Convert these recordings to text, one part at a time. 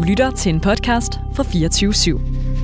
lytter til en podcast fra 24/7.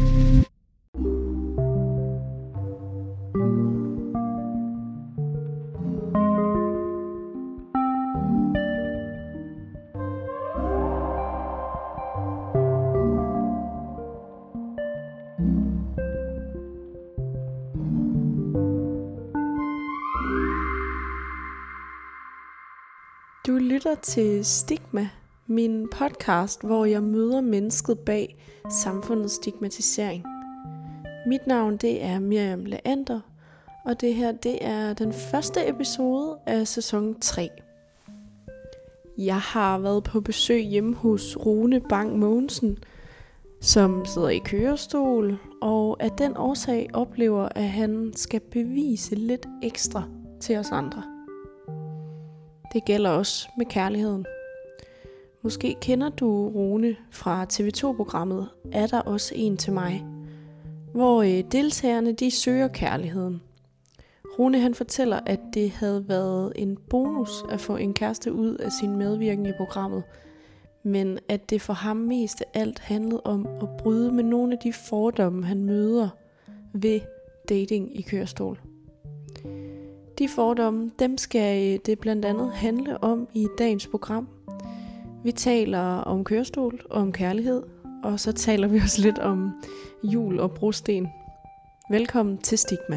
Du lytter til Stigma, min podcast, hvor jeg møder mennesket bag samfundets stigmatisering. Mit navn det er Miriam Leander, og det her det er den første episode af sæson 3. Jeg har været på besøg hjemme hos Rune Bang Mogensen, som sidder i kørestol, og af den årsag oplever, at han skal bevise lidt ekstra til os andre. Det gælder også med kærligheden. Måske kender du Rune fra TV2-programmet Er der også en til mig, hvor deltagerne de søger kærligheden. Rune han fortæller, at det havde været en bonus at få en kæreste ud af sin medvirken i programmet, men at det for ham mest af alt handlede om at bryde med nogle af de fordomme, han møder ved dating i kørestol. De fordomme, dem skal det blandt andet handle om i dagens program. Vi taler om kørestol og om kærlighed, og så taler vi også lidt om jul og brosten. Velkommen til Stigma.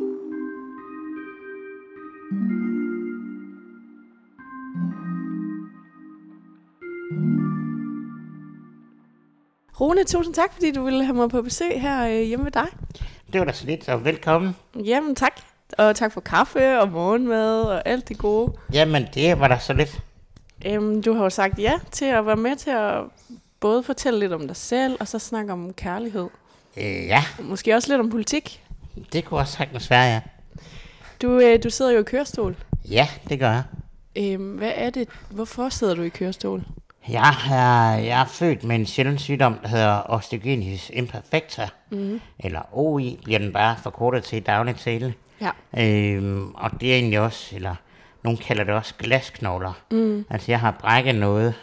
Rune, tusind tak, fordi du ville have mig på besøg her hjemme ved dig. Det var da så lidt, så velkommen. Jamen tak, og tak for kaffe og morgenmad og alt det gode. Jamen det var da så lidt. Du har jo sagt ja til at være med til at både fortælle lidt om dig selv, og så snakke om kærlighed. Ja. Måske også lidt om politik. Det kunne også sagtens være, ja. Du sidder jo i kørestol. Ja, det gør jeg. Hvad er det? Hvorfor sidder du i kørestol? Jeg er født med en sjælden sygdom, der hedder osteogenesis imperfecta. Eller OI bliver den bare forkortet til i daglig tale. Ja. Og det er egentlig også, eller nogen kalder det også glasknogler. Altså jeg har brækket noget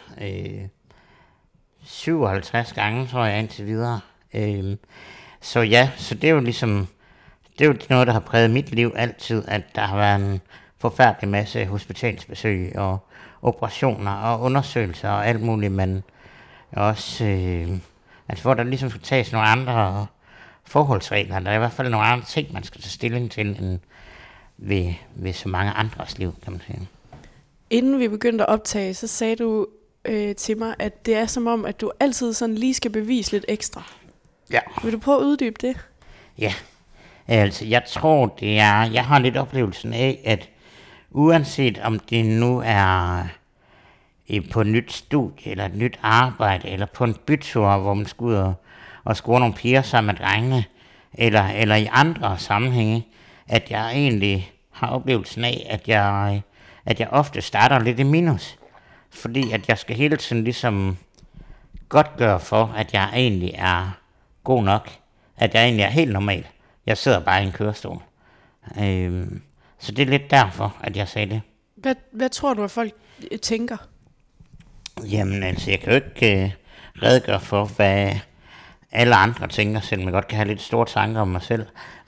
57 gange, tror jeg, indtil videre. Så ja, så det er jo ligesom, det er jo noget, der har præget mit liv altid, at der har været en forfærdelig masse hospitalsbesøg og operationer og undersøgelser og alt muligt, men også, altså hvor der ligesom skal tages nogle andre forholdsregler. Der er i hvert fald nogle andre ting, man skal tage stilling til, end ved så mange andres liv, kan man sige. Inden vi begyndte at optage, så sagde du til mig, at det er som om, at du altid sådan lige skal bevise lidt ekstra. Ja. Vil du prøve at uddybe det? Ja, altså jeg tror, det er, jeg har lidt oplevelsen af, at uanset om det nu er på et nyt studie, eller et nyt arbejde, eller på en bytur, hvor man skal ud og score nogle piger sammen med drengene, eller i andre sammenhænge, at jeg egentlig har oplevelsen af, at jeg ofte starter lidt i minus. Fordi at jeg skal hele tiden ligesom godtgøre for, at jeg egentlig er god nok. At jeg egentlig er helt normal. Jeg sidder bare i en kørestol. Så det er lidt derfor, at jeg sagde det. Hvad tror du, at folk tænker? Jamen altså, jeg kan jo ikke redegøre for, hvad alle andre tænker, selvom jeg godt kan have lidt store tanker om mig selv.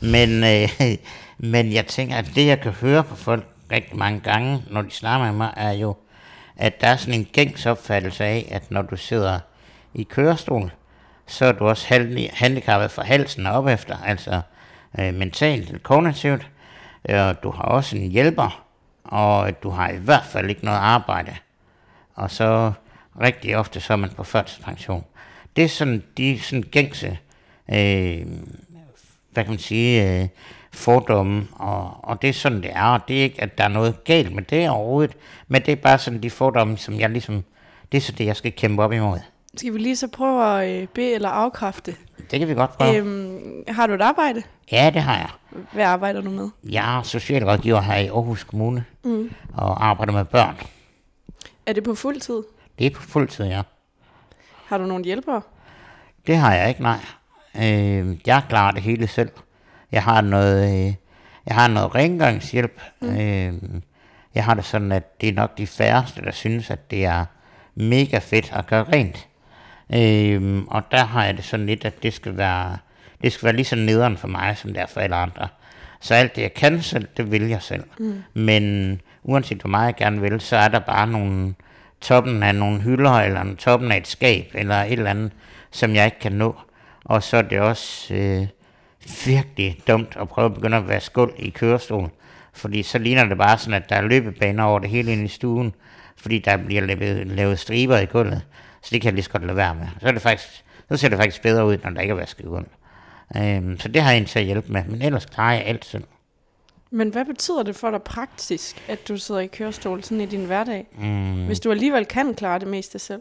Men jeg tænker, at det jeg kan høre på folk rigtig mange gange, når de snakker med mig, er jo, at der er sådan en gængs opfattelse af, at når du sidder i kørestol, så er du også handicappet fra halsen og op efter, altså mentalt eller kognitivt. Du har også en hjælper, og du har i hvert fald ikke noget arbejde. Og så rigtig ofte så er man på førtidspension. Det er sådan de sådan gængse, hvad kan man sige, fordomme, og det er sådan det er, og det er ikke, at der er noget galt med det overhovedet, men det er bare sådan de fordomme, som jeg ligesom, det er så det, jeg skal kæmpe op imod. Skal vi lige så prøve at bede eller afkræfte? Det kan vi godt prøve. Har du et arbejde? Ja, det har jeg. Hvad arbejder du med? Jeg er socialrådgiver her i Aarhus Kommune, og arbejder med børn. Er det på fuld tid? Det er på fuld tid, ja. Har du nogen hjælpere? Det har jeg ikke, nej. Jeg klarer det hele selv. Jeg har noget rengøringshjælp. Jeg har det sådan, at det er nok de færreste, der synes, at det er mega fedt at gøre rent. Og der har jeg det sådan lidt, at det skal være lige så nederen for mig, som det er for alle andre. Så alt det, jeg kan selv, det vil jeg selv. Men uanset hvor meget jeg gerne vil, så er der bare nogle toppen af nogle hylder, eller toppen af et skab, eller et eller andet, som jeg ikke kan nå. Og så er det også virkelig dumt at prøve at begynde at være skuld i kørestol. Fordi så ligner det bare sådan, at der er løbebaner over det hele inde i stuen, fordi der bliver lavet striber i gulvet. Så det kan jeg lige så godt lade være med. Så ser det faktisk bedre ud, når der ikke er vasket gulv. Så det har jeg en til at hjælpe med, men ellers klarer jeg alt selv. Men hvad betyder det for dig praktisk, at du sidder i kørestol sådan i din hverdag, hvis du alligevel kan klare det meste selv?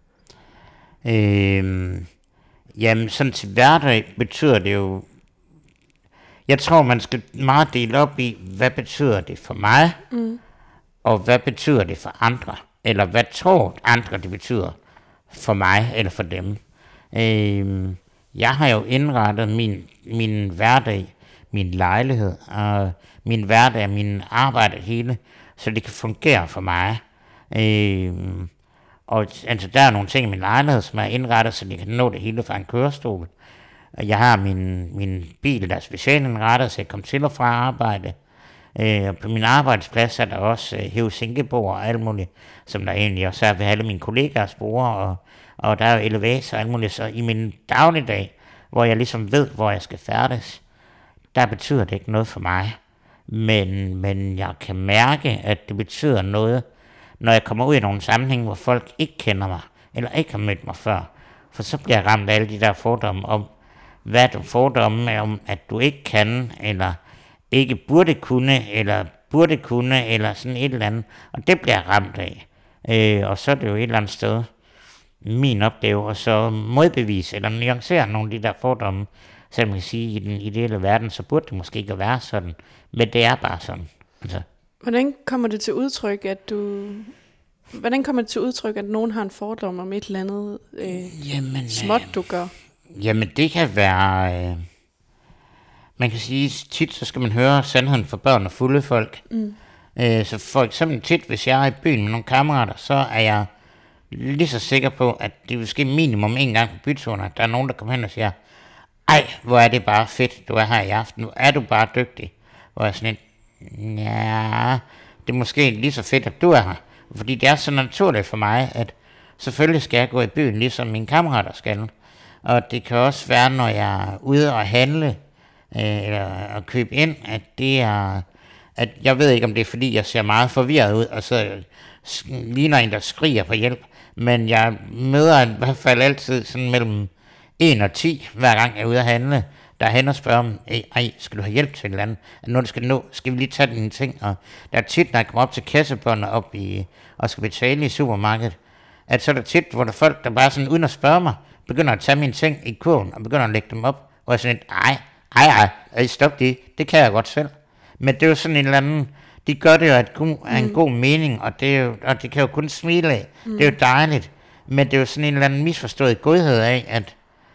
Jamen sådan til hverdag betyder det jo, jeg tror man skal meget dele op i, hvad betyder det for mig, og hvad betyder det for andre, eller hvad tror andre det betyder for mig eller for dem. Jeg har jo indrettet min hverdag, min lejlighed, og min hverdag, min arbejde hele, så det kan fungere for mig. Og altså, der er nogle ting i min lejlighed, som er indrettet, så jeg kan nå det hele fra en kørestol. Jeg har min bil, der er specialindrettet, så jeg kommer til og fra arbejde. På min arbejdsplads er der også hæve-sænkebord og alt muligt, som der egentlig også er ved alle mine kollegaers borde, og der er jo elevator og alt muligt. Så i min dagligdag, hvor jeg ligesom ved, hvor jeg skal færdes, der betyder det ikke noget for mig. Men jeg kan mærke, at det betyder noget, når jeg kommer ud i nogle sammenhænge, hvor folk ikke kender mig, eller ikke har mødt mig før. For så bliver jeg ramt af alle de der fordomme om, hvad du fordomme om, at du ikke kan, eller ikke burde kunne, eller sådan et eller andet. Og det bliver jeg ramt af. Og så er det jo et eller andet sted min opgave, at så modbevise, eller nuancere nogle af de der fordomme, så man kan sige, i den ideelle verden, så burde det måske ikke være sådan. Men det er bare sådan. Altså. Hvordan kommer det til udtryk, at nogen har en fordom om et eller andet småt, du gør? Jamen, det kan være... man kan sige, tit så skal man høre sandheden for børn og fulde folk. Så for eksempel tit, hvis jeg er i byen med nogle kammerater, så er jeg lige så sikker på, at det vil ske minimum en gang på byturen, at der er nogen, der kommer hen og siger, ej, hvor er det bare fedt, du er her i aften, nu er du bare dygtig. Hvor jeg sådan lidt, ja, det er måske lige så fedt, at du er her. Fordi det er så naturligt for mig, at selvfølgelig skal jeg gå i byen, ligesom mine kammerater skal. Og det kan også være, når jeg er ude og handle, eller at købe ind, at det er, at jeg ved ikke, om det er fordi, jeg ser meget forvirret ud, og så ligner en, der skriger på hjælp. Men jeg møder i hvert fald altid sådan mellem 1 og 10, hver gang jeg er ude at handle, der er hen og spørger om, skal du have hjælp til et eller andet? Når det skal nå, skal vi lige tage dine ting? Og der er tit, når jeg kommer op til kassebåndet og skal betale i supermarkedet, at så er der tit, hvor der er folk, der bare sådan uden at spørge mig, begynder at tage mine ting i kurven og begynder at lægge dem op. Og jeg er sådan lidt, stop det kan jeg godt selv. Men det er jo sådan en eller anden, de gør det jo af en god mening, og det kan jo kun smile af. Det er jo dejligt. Men det er jo sådan en eller anden misforstået godhed af, at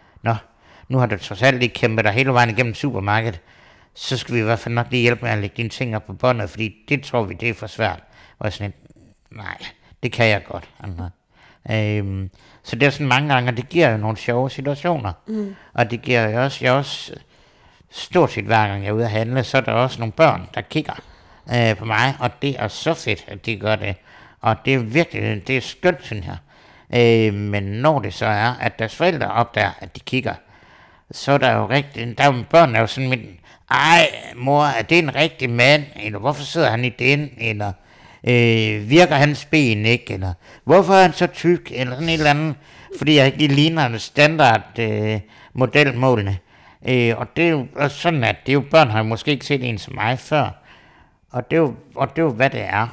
nu har du trods alt ikke kæmpet dig hele vejen igennem supermarkedet, så skal vi i hvert fald nok lige hjælpe med at lægge dine ting op på båndet, fordi det tror vi, det er for svært. Og sådan lidt, nej, det kan jeg godt. Så det er sådan mange gange, og det giver jo nogle sjove situationer. Og det giver jo også, jeg også stort set hver gang jeg er ude at handle, så er der også nogle børn, der kigger på mig, og det er så fedt, at de gør det. Og det er virkelig, det er skønt, synes jeg. Men når det så er, at deres forældre opdager, at de kigger, så er der jo rigtig, der er jo børn, der er jo sådan med, mor, er det en rigtig mand, eller hvorfor sidder han i den, eller virker hans ben ikke, eller hvorfor er han så tyk, eller sådan et eller andet, fordi jeg ikke lige ligner en standard modelmålene. Og det er jo og sådan, at det er jo, børn har jo måske ikke set en som mig før, og det er jo hvad det er,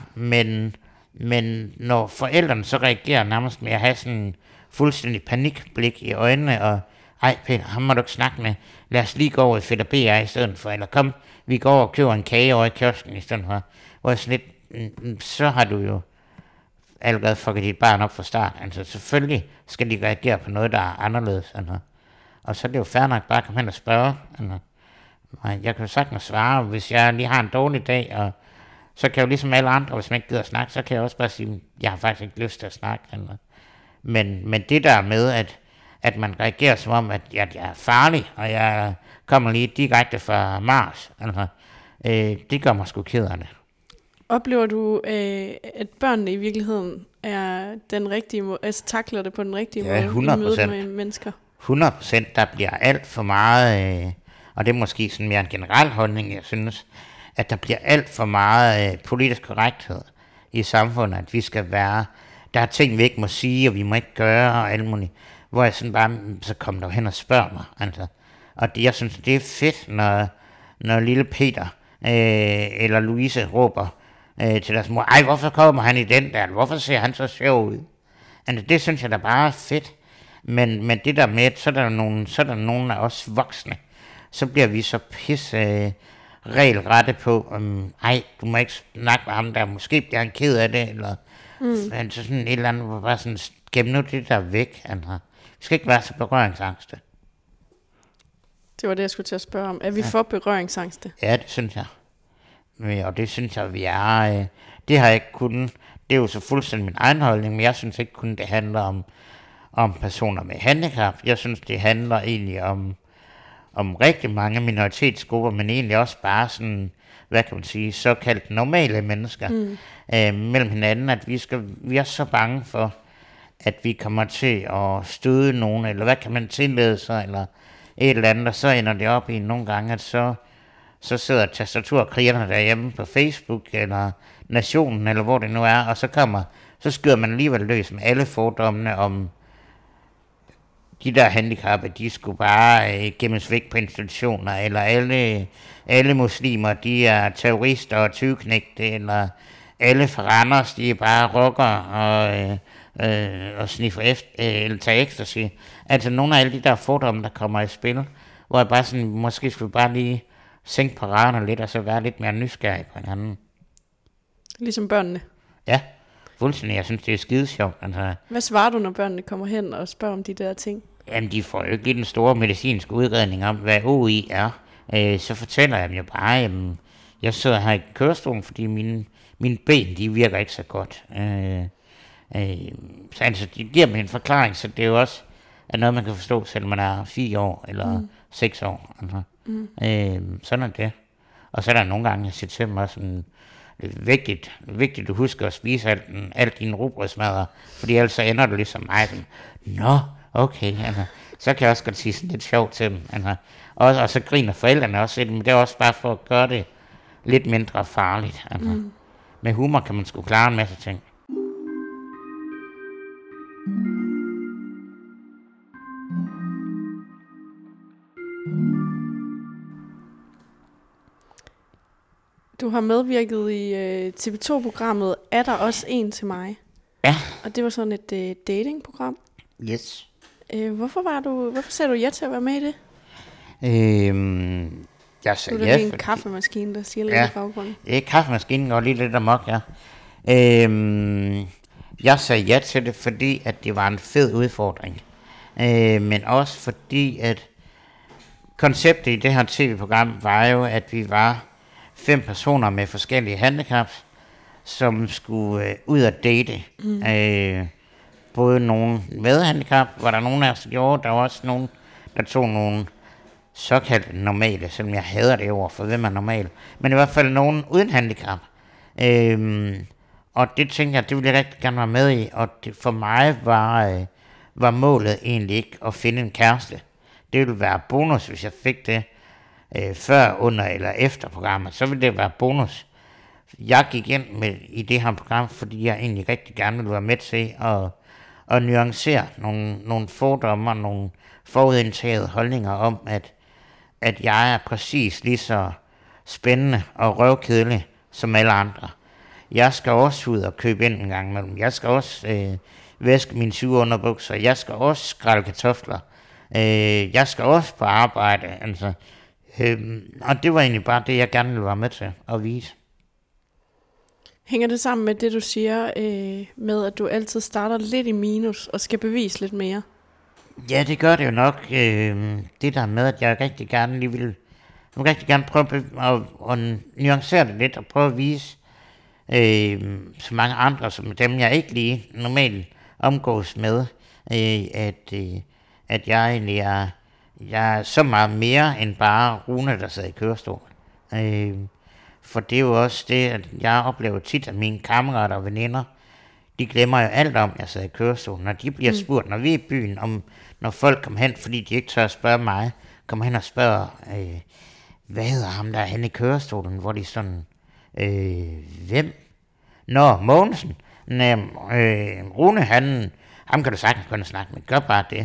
men når forældrene så reagerer nærmest med at have sådan en fuldstændig panikblik i øjnene, og Peter, ham må du ikke snakke med, lad os lige gå over i Fætter BR i stedet for, eller kom, vi går over og køber en kage over i kiosken i stedet for, hvor sådan lidt, så har du jo allerede fucket dit barn op fra start. Altså selvfølgelig skal de reagere på noget, der er anderledes. Altså. Og så er det jo fair nok bare at komme hen og spørge. Altså. Jeg kan jo sagtens svare, hvis jeg lige har en dårlig dag, og så kan jeg jo ligesom alle andre, hvis man ikke gider at snakke, så kan jeg også bare sige, jeg har faktisk ikke lyst til at snakke. Altså. Men det der med, at man reagerer som om, at jeg er farlig, og jeg kommer lige direkte fra Mars. Altså, det gør mig sgu ked af det. Oplever du, at børnene i virkeligheden er den rigtige måde, altså takler det på den rigtige måde 100%. i mødet med mennesker? 100%, der bliver alt for meget, og det er måske sådan mere en generel holdning, jeg synes, at der bliver alt for meget politisk korrekthed i samfundet, at vi skal være, der er ting, vi ikke må sige, og vi må ikke gøre, og alt muligt, hvor jeg sådan bare, så kom der hen og spørg mig, altså. Og det, jeg synes, det er fedt, når lille Peter eller Louise råber til deres mor, ej, hvorfor kommer han i den der, hvorfor ser han så sjov ud? Altså, det synes jeg da bare er fedt. Men det der med, så er der nogen af os voksne, så bliver vi så regelrette på, ej, du må ikke snakke med ham der, måske bliver han ked af det, eller altså sådan et eller andet, hvor bare sådan, gem nu det der væk, altså. Vi skal ikke være så berøringsangste. Det var det, jeg skulle til at spørge om. Er vi for berøringsangste? Ja, det synes jeg. Og det synes jeg, vi er. Det har jeg ikke kunnet. Det er jo så fuldstændig min egen holdning, men jeg synes ikke kun, det handler om personer med handicap. Jeg synes, det handler egentlig om rigtig mange minoritetsgrupper, men egentlig også bare sådan, hvad kan man sige, såkaldt normale mennesker mellem hinanden, at vi er så bange for, at vi kommer til at støde nogen, eller hvad kan man tillade sig, eller et eller andet, og så ender det op i nogle gange, at så sidder tastaturkrigerne derhjemme på Facebook, eller Nationen, eller hvor det nu er, og så skyder man alligevel løs med alle fordommene om de der handicappede, de skulle bare gemmes væk på institutioner, eller alle muslimer, de er terrorister og tyveknægte, eller alle fra Randers, de er bare rocker og sniffer efter, eller tager ecstasy. Altså nogle af alle de der fordomme, der kommer i spil, hvor jeg bare sådan, måske skulle bare lige sænke paraderne lidt, og så være lidt mere nysgerrig på hinanden. Ligesom børnene? Ja, fuldstændig. Jeg synes, det er skide sjovt. Altså, hvad svarer du, når børnene kommer hen og spørger om de der ting? Jamen, de får jo ikke lige den store medicinske udredning om, hvad OI er. Så fortæller jeg dem jo bare, at jeg sidder her i kørestolen, fordi mine ben, de virker ikke så godt. Så altså, de giver mig en forklaring, så det er jo også noget, man kan forstå, selvom man er 4 år eller 6 år. Altså. Sådan er det. Og så er der nogle gange, jeg siger til dem også, vigtigt, du husker at spise alt dine rugbrødsmadder, fordi ellers så ender du ligesom mig. Nå, okay, altså. Så kan jeg også godt sige sådan lidt sjovt til dem. Altså. Og så griner forældrene også, men det er også bare for at gøre det lidt mindre farligt. Altså. Med humor kan man sgu klare en masse ting. Du har medvirket i TV2-programmet Er der også en til mig? Ja. Og det var sådan et datingprogram. Yes. Hvorfor sagde du ja til at være med i det? Jeg sagde ja. Det er en kaffemaskine, der siger lidt i baggrunden. Kaffemaskinen går lige lidt amok, ja. Jeg sagde ja til det, fordi at det var en fed udfordring. Men også fordi, at konceptet i det her tv-program var jo, at vi var 5 personer med forskellige handicaps, som skulle ud og date. Både nogen med handicap, var der nogen af os, der gjorde, der var også nogen, der tog nogle såkaldt normale, selvom jeg hader det ord, for hvem er normal, men i hvert fald nogen uden handicap. Og det tænkte jeg, det ville jeg rigtig gerne være med i, og det, for mig var målet egentlig ikke at finde en kæreste. Det ville være bonus, hvis jeg fik det før, under eller efter programmet, så ville det være bonus. Jeg gik ind i det her program, fordi jeg egentlig rigtig gerne ville være med til at nuancere nogle fordomme og nogle forudindtagede holdninger om, at jeg er præcis lige så spændende og røvkedelig som alle andre. Jeg skal også ud og købe ind en gang imellem. Jeg skal også væske mine 7 underbukser. Jeg skal også skrælle kartofler. Jeg skal også på arbejde. Altså, og det var egentlig bare det, jeg gerne ville være med til at vise. Hænger det sammen med det, du siger, med at du altid starter lidt i minus og skal bevise lidt mere? Ja, det gør det jo nok. Det der med, at jeg rigtig gerne vil prøve at nuancere det lidt og prøve at vise så mange andre, som dem jeg ikke lige normalt omgås med, at jeg egentlig jeg er så meget mere end bare Rune, der sidder i kørestol. For det er jo også det, at jeg oplever tit, at mine kammerater og veninder, de glemmer jo alt om, at jeg sidder i kørestol. Når de bliver spurgt, når vi er i byen, når folk kommer hen, fordi de ikke tør at spørge mig, kommer hen og spørger, hvad hedder ham der er henne i kørestolen, hvor de sådan, hvem? Nå, Mogensen. Rune, ham kan du sagtens snakke med, gør bare det.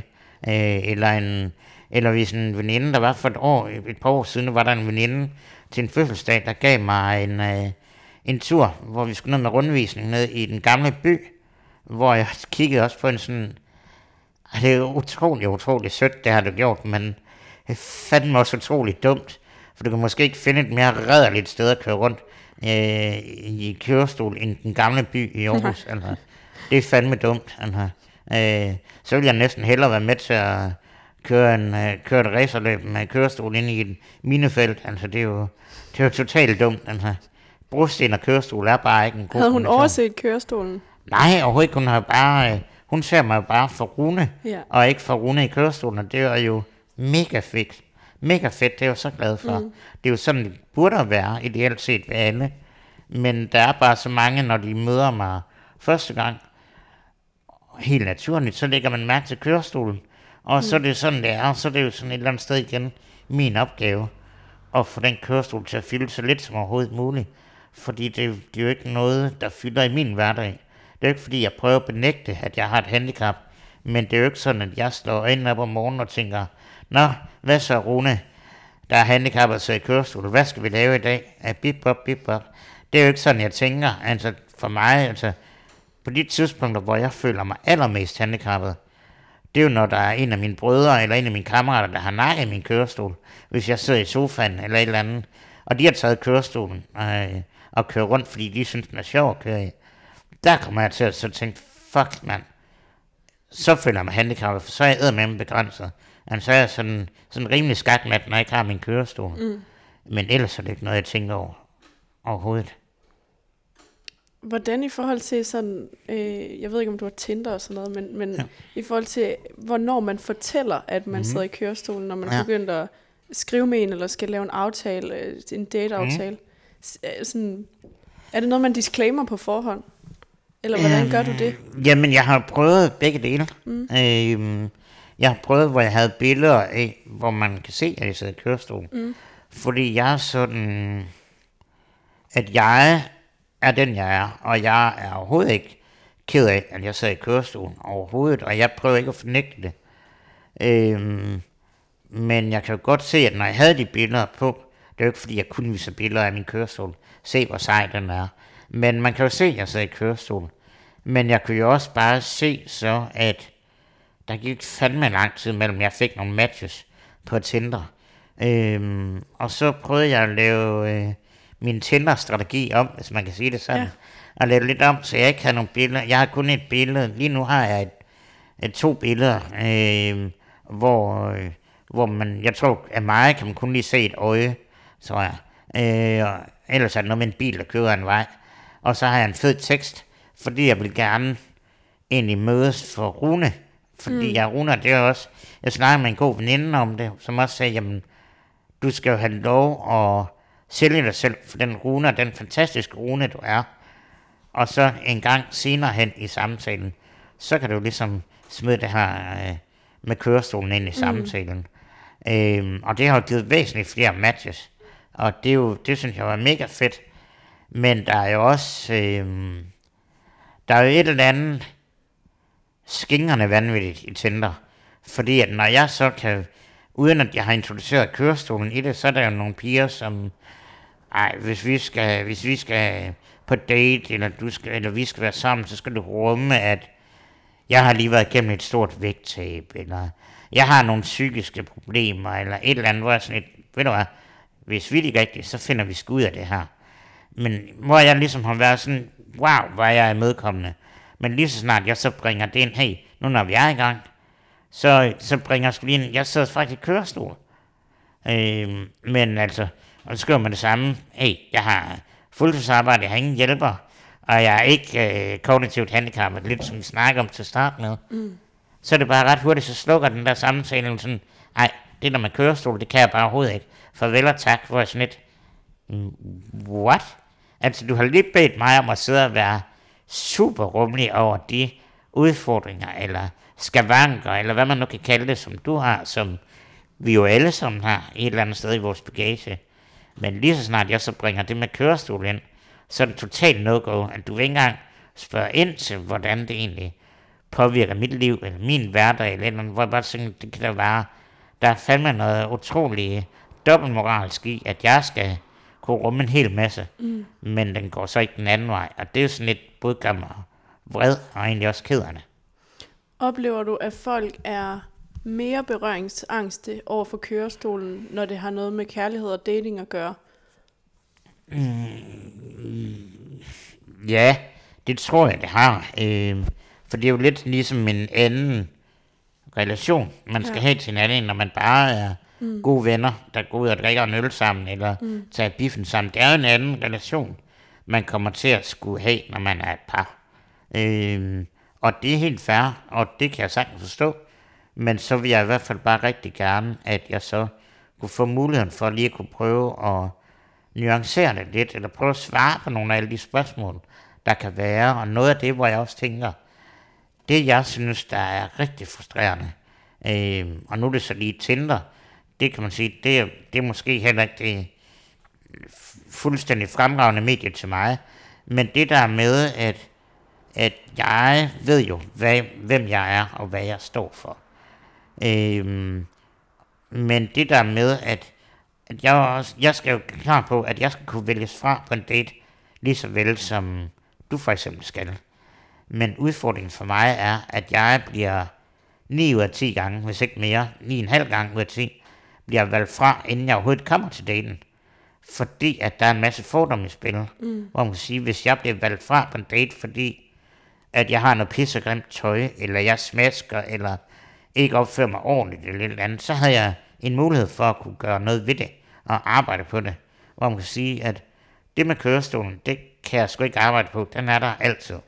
Eller hvis en veninde, der var for et par år siden, var der en veninde til en fødselsdag, der gav mig en tur, hvor vi skulle ned med rundvisning ned i den gamle by, hvor jeg kiggede også på en sådan, det er utrolig sødt, det har du gjort, men det fandme også utroligt dumt, for du kan måske ikke finde et mere rædderligt sted at køre rundt i kørestol end den gamle by i Aarhus. Altså, det er fandme dumt. Altså. Så vil jeg næsten hellere være med til at køre et racerløb med kørestol ind i et minefelt. Altså, det er jo totalt dumt. Altså, brosten og kørestol er bare ikke en god. Havde hun overset kørestolen? Nej, overhovedet ikke. Hun ser mig bare for Rune, og ikke for Rune i kørestolen, og det er jo mega fedt. Mega fedt, det er jeg jo så glad for. Det er jo sådan, det burde være, ideelt set ved alle. Men der er bare så mange, når de møder mig første gang, helt naturligt, så lægger man mærke til kørestolen. Og så er det sådan, det er, og så er det jo sådan et eller andet sted igen min opgave, at få den kørestol til at fylde så lidt som overhovedet muligt. Fordi det er jo ikke noget, der fylder i min hverdag. Det er jo ikke fordi, jeg prøver at benægte, at jeg har et handicap. Men det er jo ikke sådan, at jeg slår øjnene op om morgenen og tænker, nå, hvad så Rune, der er handicappet sig i kørestol, hvad skal vi lave i dag? Bip bop. Det er jo ikke sådan, jeg tænker. Altså for mig, altså på de tidspunkter, hvor jeg føler mig allermest handicappet, det er jo når der er en af mine brødre eller en af mine kammerater, der har nakket i min kørestol, hvis jeg sidder i sofaen eller et eller andet, og de har taget kørestolen og kører rundt, fordi de synes, den er sjov at køre i. Der kommer jeg til at så tænke, fuck mand, så føler jeg mig handicappet, for så er jeg eddermame begrænset. Altså så er jeg sådan rimelig skakmat, når jeg ikke har min kørestol. Men ellers er det ikke noget, jeg tænker over overhovedet. Hvordan i forhold til sådan, jeg ved ikke om du har Tinder og sådan noget, men i forhold til, hvornår man fortæller, at man sidder i kørestolen, når man er begyndt at skrive med en, eller skal lave en aftale, en dateaftale. Sådan, er det noget, man disclaimer på forhånd? Eller hvordan gør du det? Jamen, jeg har prøvet begge dele. Jeg har prøvet, hvor jeg havde billeder af, hvor man kan se, at jeg sidder i kørestolen. Fordi jeg er sådan, at jeg er den, jeg er, og jeg er overhovedet ikke ked af, at jeg sidder i kørestolen overhovedet, og jeg prøver ikke at fornægte det. Men jeg kan jo godt se, at når jeg havde de billeder på, det er jo ikke fordi, jeg kunne vise billeder af min kørestol. Se, hvor sej den er. Men man kan jo se, at jeg sidder i kørestol. Men jeg kunne jo også bare se så, at der gik fandme lang tid mellem, jeg fik nogle matches på Tinder. Og så prøvede jeg at lave min Tinder-strategi om, hvis man kan sige det sådan. Og lave lidt om, så jeg ikke havde nogle billeder. Jeg har kun et billede. Lige nu har jeg to billeder, hvor man, jeg tror, af mig kan man kun lige se et øje, tror jeg. Ellers er det noget med en bil, der kører en vej. Og så har jeg en fed tekst, fordi jeg vil gerne egentlig mødes for Rune. Fordi Rune, det er også, jeg snakker med en god veninde om det, som også sagde, jamen, du skal jo have lov at sælge dig selv for den Rune, den fantastiske Rune, du er. Og så en gang senere hen i samtalen, så kan du ligesom smide det her med kørestolen ind i samtalen. Og det har jo givet væsentligt flere matches. Og det synes jeg var mega fedt. Men der er jo også, der er jo et eller andet skingerne vanvittigt i Tinder. Fordi at når jeg så kan, uden at jeg har introduceret kørestolen i det, så er der jo nogle piger, som, hvis vi skal på date, eller vi skal være sammen, så skal du rumme, at jeg har lige været igennem et stort vægttab, eller jeg har nogle psykiske problemer, eller et eller andet, hvor jeg sådan ved du hvad, hvis vi ikke rigtigt, så finder vi sgu ud af det her. Men hvor jeg ligesom har været sådan, wow, hvor jeg er medkommende. Men lige så snart jeg så bringer det ind, hey, nu når vi er i gang, så bringer jeg sgu lige ind, jeg sidder faktisk i kørestol. Men altså, og så skriver man det samme, hey, jeg har fuldtidsarbejde, jeg har ingen hjælper, og jeg er ikke kognitivt handicappet, lidt som vi snakker om til start med. så er det bare ret hurtigt, så slukker den der samtale sådan, nej, det der med kørestol, det kan jeg bare overhovedet ikke. Farvel og tak, hvor jeg sådan lidt, what? Altså, du har lige bedt mig om at sidde og være super rummelig over de udfordringer, eller skavanker, eller hvad man nu kan kalde det, som du har, som vi jo alle sammen har et eller andet sted i vores bagage. Men lige så snart jeg så bringer det med kørestol ind, så er det totalt no-go, at du ikke engang spørger ind til, hvordan det egentlig påvirker mit liv, eller min hverdag, eller andet, hvor jeg bare tænker, det kan da være, der er fandme noget utroligt dobbeltmoralsk i, at jeg skal kunne rumme en hel masse, men den går så ikke den anden vej, og det er jo sådan lidt budgam og vred, og egentlig også kederne. Oplever du, at folk er mere berøringsangste over for kørestolen, når det har noget med kærlighed og dating at gøre? Ja, det tror jeg, det har. For det er jo lidt ligesom en anden relation, man skal have til hinanden, når man bare er gode venner, der går ud og drikker en øl sammen, eller tager biffen sammen. Det er jo en anden relation, man kommer til at skulle have, når man er et par. Og det er helt fair, og det kan jeg sagtens forstå. Men så vil jeg i hvert fald bare rigtig gerne, at jeg så kunne få muligheden for lige at kunne prøve at nuancere det lidt, eller prøve at svare på nogle af alle de spørgsmål, der kan være. Og noget af det, hvor jeg også tænker, det jeg synes, der er rigtig frustrerende, og nu er det så lige Tinder, det kan man sige, det er måske heller ikke det fuldstændig fremragende medie til mig, men det der med, at jeg ved jo, hvem jeg er, og hvad jeg står for. Men det der med, at jeg skal jo klar på, at jeg skal kunne vælges fra på en date, lige så vel som du for eksempel skal. Men udfordringen for mig er, at jeg bliver 9 ud af 10 gange, hvis ikke mere, 9,5 gange ud af 10, bliver valgt fra, inden jeg overhovedet kommer til daten. Fordi at der er en masse fordomme i spil. Hvor man kan sige, hvis jeg bliver valgt fra på en date, fordi at jeg har noget pissegrimt tøj, eller jeg smasker, eller ikke opfører mig ordentligt, eller lidt andet, så havde jeg en mulighed for at kunne gøre noget ved det, og arbejde på det. Hvor man kan sige, at det med kørestolen, det kan jeg sgu ikke arbejde på, den er der altid.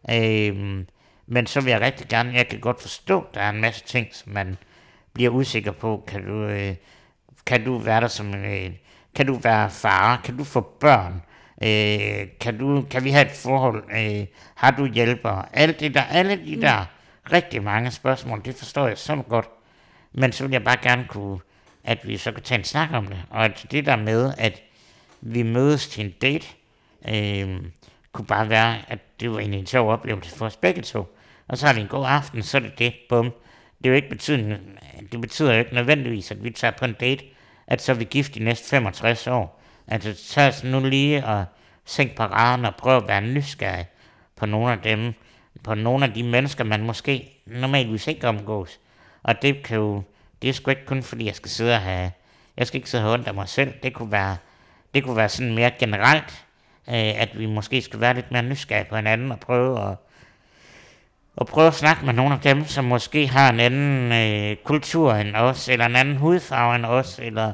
Men så vil jeg rigtig gerne, jeg kan godt forstå, der er en masse ting, som man bliver usikker på. Kan du være der som kan du være far? Kan du få børn? Kan vi have et forhold? Har du hjælper? Alle de der rigtig mange spørgsmål, det forstår jeg så godt. Men så vil jeg bare gerne kunne, at vi så kan tage en snak om det. Og at det der med, at vi mødes til en date, kunne bare være, at det var en sjov oplevelse for os begge to. Og så har det en god aften, så er det, bum. Det er jo ikke det betyder jo ikke nødvendigvis, at vi tager på en date, at så er vi gift de næste 65 år. Altså tag os nu lige og sænk paraderne og prøv at være nysgerrig på nogle af dem, på nogle af de mennesker, man måske normalvis ikke omgås. Og det er sgu ikke kun fordi, jeg skal ikke sidde og have ondt af mig selv. Det kunne være sådan mere generelt, at vi måske skal være lidt mere nysgerrige på hinanden og prøve at snakke med nogle af dem, som måske har en anden kultur end os, eller en anden hudfarve end os, eller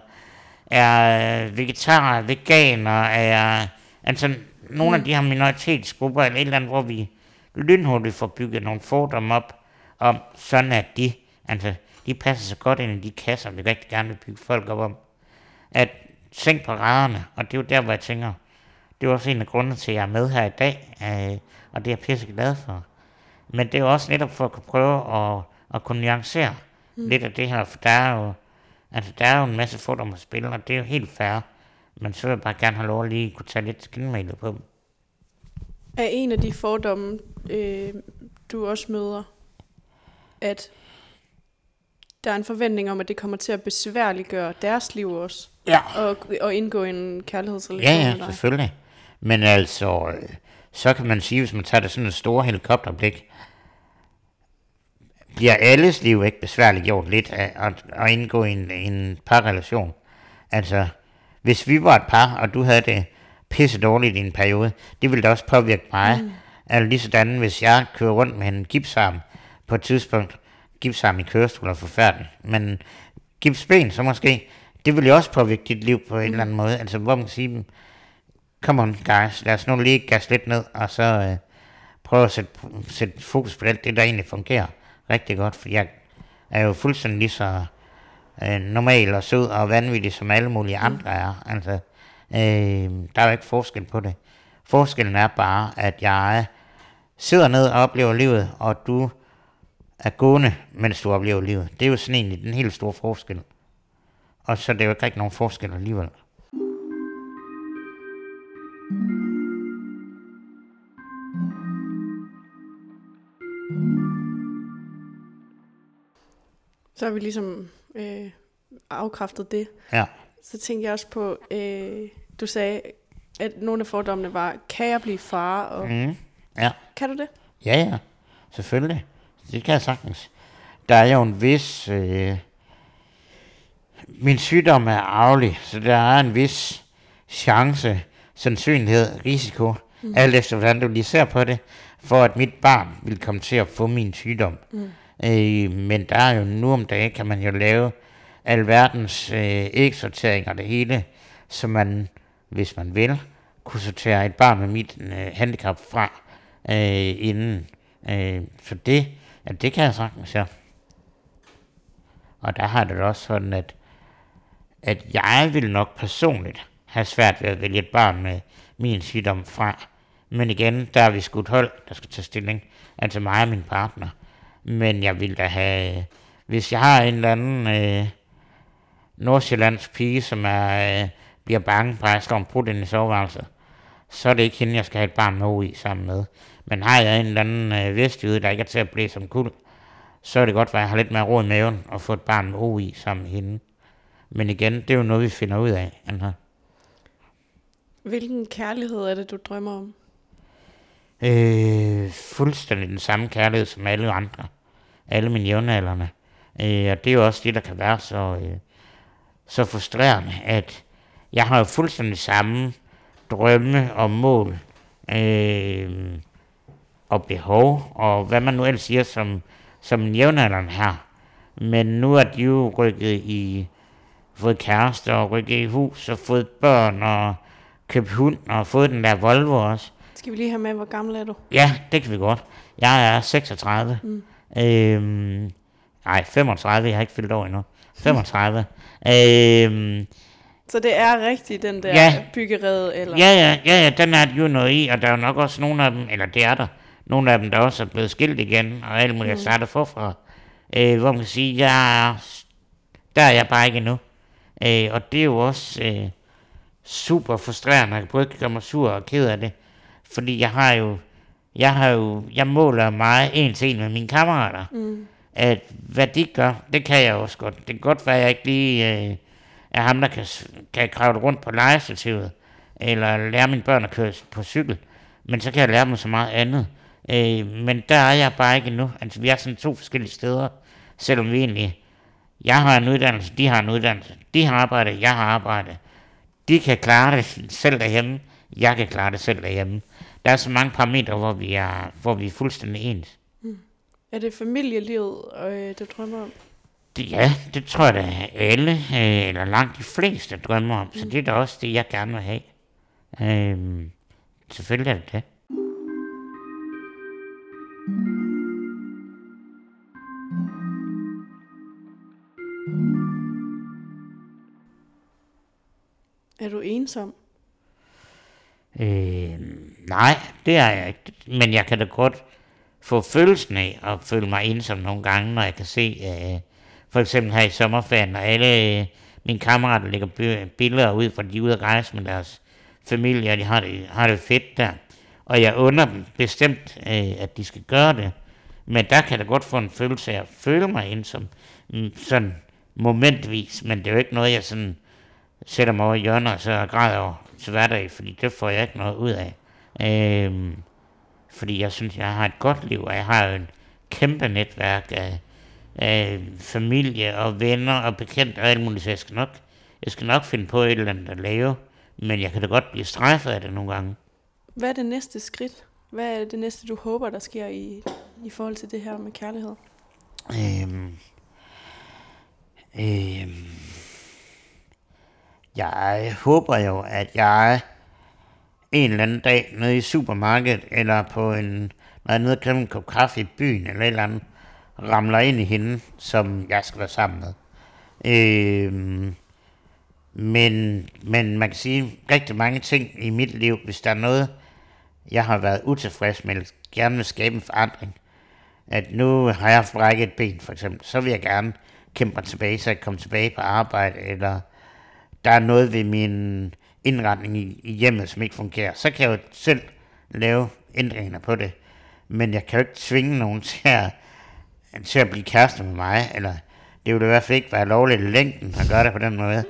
er vegetarer, veganer, altså nogle af de her minoritetsgrupper, eller et eller andet, hvor vi lynhurtigt får bygget nogle fordomme op, om sådan at de passer så godt ind i de kasser, vi rigtig gerne vil bygge folk op om. At sænke paraderne, og det er jo der, hvor jeg tænker, det er også en af grundene til, at jeg er med her i dag, og det er jeg pisse glad for. Men det er jo også netop for at kunne prøve at kunne nuancere lidt af det her, for der er jo en masse fordomme at spille, og det er jo helt fair. Men så vil jeg bare gerne have lov at lige kunne tage lidt skinmælet på dem. Er en af de fordomme, du også møder, at der er en forventning om, at det kommer til at besværliggøre deres liv også? Ja. Og indgå i en kærlighedsrelation? Ja, selvfølgelig. Men altså, så kan man sige, hvis man tager det sådan et store helikopterblik, bliver alles liv ikke besværligt gjort lidt at indgå i en parrelation? Altså, hvis vi var et par, og du havde det pisse dårligt i en periode, det ville da også påvirke mig. Altså lige sådan, hvis jeg kører rundt med en gipsarm på et tidspunkt, gipsarm i kørestol er forfærdeligt, men gipsben så måske, det vil jo også påvirke dit liv på en eller anden måde. Altså hvor man kan sige, come on guys, lad os nu lige gasse lidt ned, og så prøve at sætte fokus på alt det, der egentlig fungerer. rigtig godt, for jeg er jo fuldstændig lige så normal og sød og vanvittig, som alle mulige andre er. Altså, der er jo ikke forskel på det. Forskellen er bare, at jeg sidder ned og oplever livet, og du er gående, mens du oplever livet. Det er jo sådan egentlig den helt store forskel. Og så er det jo ikke rigtig nogen forskel alligevel. Så har vi ligesom afkræftet det. Ja. Så tænkte jeg også på, du sagde, at nogle af fordommene var, kan jeg blive far? Og Ja. kan du det? Ja, selvfølgelig. Det kan jeg sagtens. Der er jo en vis... min sygdom er arvelig, så der er en vis chance, sandsynlighed, risiko, alt efter hvordan du lige ser på det, for at mit barn vil komme til at få min sygdom. Men der er jo nu om dagen, kan man jo lave alverdens ægsortering og det hele, så man, hvis man vil, kunne sortere et barn med mit handicap fra inden. Så det kan jeg sagtens, ja. Og der har det også sådan, at jeg vil nok personligt have svært ved at vælge et barn med min sygdom fra. Men igen, der er vi skudt hold, der skal tage stilling. Altså mig og min partner. Men jeg vil da have, hvis jeg har en eller anden nordsjællandsk pige, som bliver bange på, at jeg skal ombrudt ind i soveværelset, så er det ikke hende, jeg skal have et barn med OI sammen med. Men har jeg en eller anden vestjyde, der ikke er til at blive som kul, så er det godt, at jeg har lidt mere ro i maven og få et barn med OI sammen med hende. Men igen, det er jo noget, vi finder ud af. Altså. Hvilken kærlighed er det, du drømmer om? Fuldstændig den samme kærlighed som alle andre. Alle mine jævnaldrende. Og det er jo også det, der kan være så frustrerende, at jeg har jo fuldstændig samme drømme og mål og behov, og hvad man nu ellers siger som en jævnaldrende her. Men nu er de jo fået kærester og rykket i hus og fået børn og købt hund og fået den der Volvo også. Skal vi lige have med, hvor gammel er du? Ja, det kan vi godt. Jeg er 36. 35. Jeg har ikke fyldt år endnu. 35. Så det er rigtigt, den der byggerede? Eller? Ja, den er jo noget i, og der er jo nok også nogle af dem, eller det er der, nogle af dem, der også er blevet skilt igen, og alt muligt starter forfra. Hvor man kan sige, der er jeg bare ikke endnu. Og det er jo også super frustrerende, jeg både kan gøre mig sur og ked af det, fordi jeg måler mig en til en med mine kammerater, at hvad de gør, det kan jeg også godt. Det kan godt være, at jeg ikke lige er ham, der kan kravle rundt på legestativet, eller lære mine børn at køre på cykel, men så kan jeg lære dem så meget andet. Men der er jeg bare ikke endnu. Altså, vi er sådan 2 forskellige steder, selvom vi egentlig, jeg har en uddannelse, de har en uddannelse, de har arbejde, jeg har arbejde. De kan klare det selv derhjemme, jeg kan klare det selv derhjemme. Der er så mange parametre, hvor vi er fuldstændig ens. Er det familielivet, du drømmer om? Det tror jeg da alle, eller langt de fleste drømmer om, så det er da også det, jeg gerne vil have. Selvfølgelig er det det. Er du ensom? Nej, det er jeg ikke. Men jeg kan da godt få følelsen af at føle mig ensom nogle gange, når jeg kan se, for eksempel her i sommerferien, når alle mine kammerater lægger billeder ud, hvor de er ude at rejse med deres familie, og de har det fedt der. Og jeg under dem bestemt, at de skal gøre det. Men der kan jeg da godt få en følelse af at føle mig ensom, sådan momentvis, men det er jo ikke noget, jeg sådan sætter mig over i hjørnet og så græder over til hverdag, fordi det får jeg ikke noget ud af. Fordi jeg synes, jeg har et godt liv, og jeg har jo en kæmpe netværk af familie og venner og bekendte og alt muligt, så jeg skal nok finde på et eller andet at lave, men jeg kan da godt blive strejfet af det nogle gange. Hvad er det næste skridt? Hvad er det næste, du håber, der sker i forhold til det her med kærlighed? Jeg håber jo, at jeg en eller anden dag nede i supermarkedet, eller når jeg er nede og køber en kop kaffe i byen, eller et eller andet, ramler ind i hende, som jeg skal være sammen med. Men man kan sige rigtig mange ting i mit liv, hvis der er noget, jeg har været utilfreds med, gerne vil skabe en forandring. At nu har jeg brækket et ben, for eksempel, så vil jeg gerne kæmpe mig tilbage, så jeg kan komme tilbage på arbejde, eller der er noget ved min indretning i hjemmet, som ikke fungerer. Så kan jeg jo selv lave ændringer på det. Men jeg kan jo ikke tvinge nogen til at blive kæreste med mig, eller det ville i hvert fald ikke være lovligt i længden at gøre det på den måde.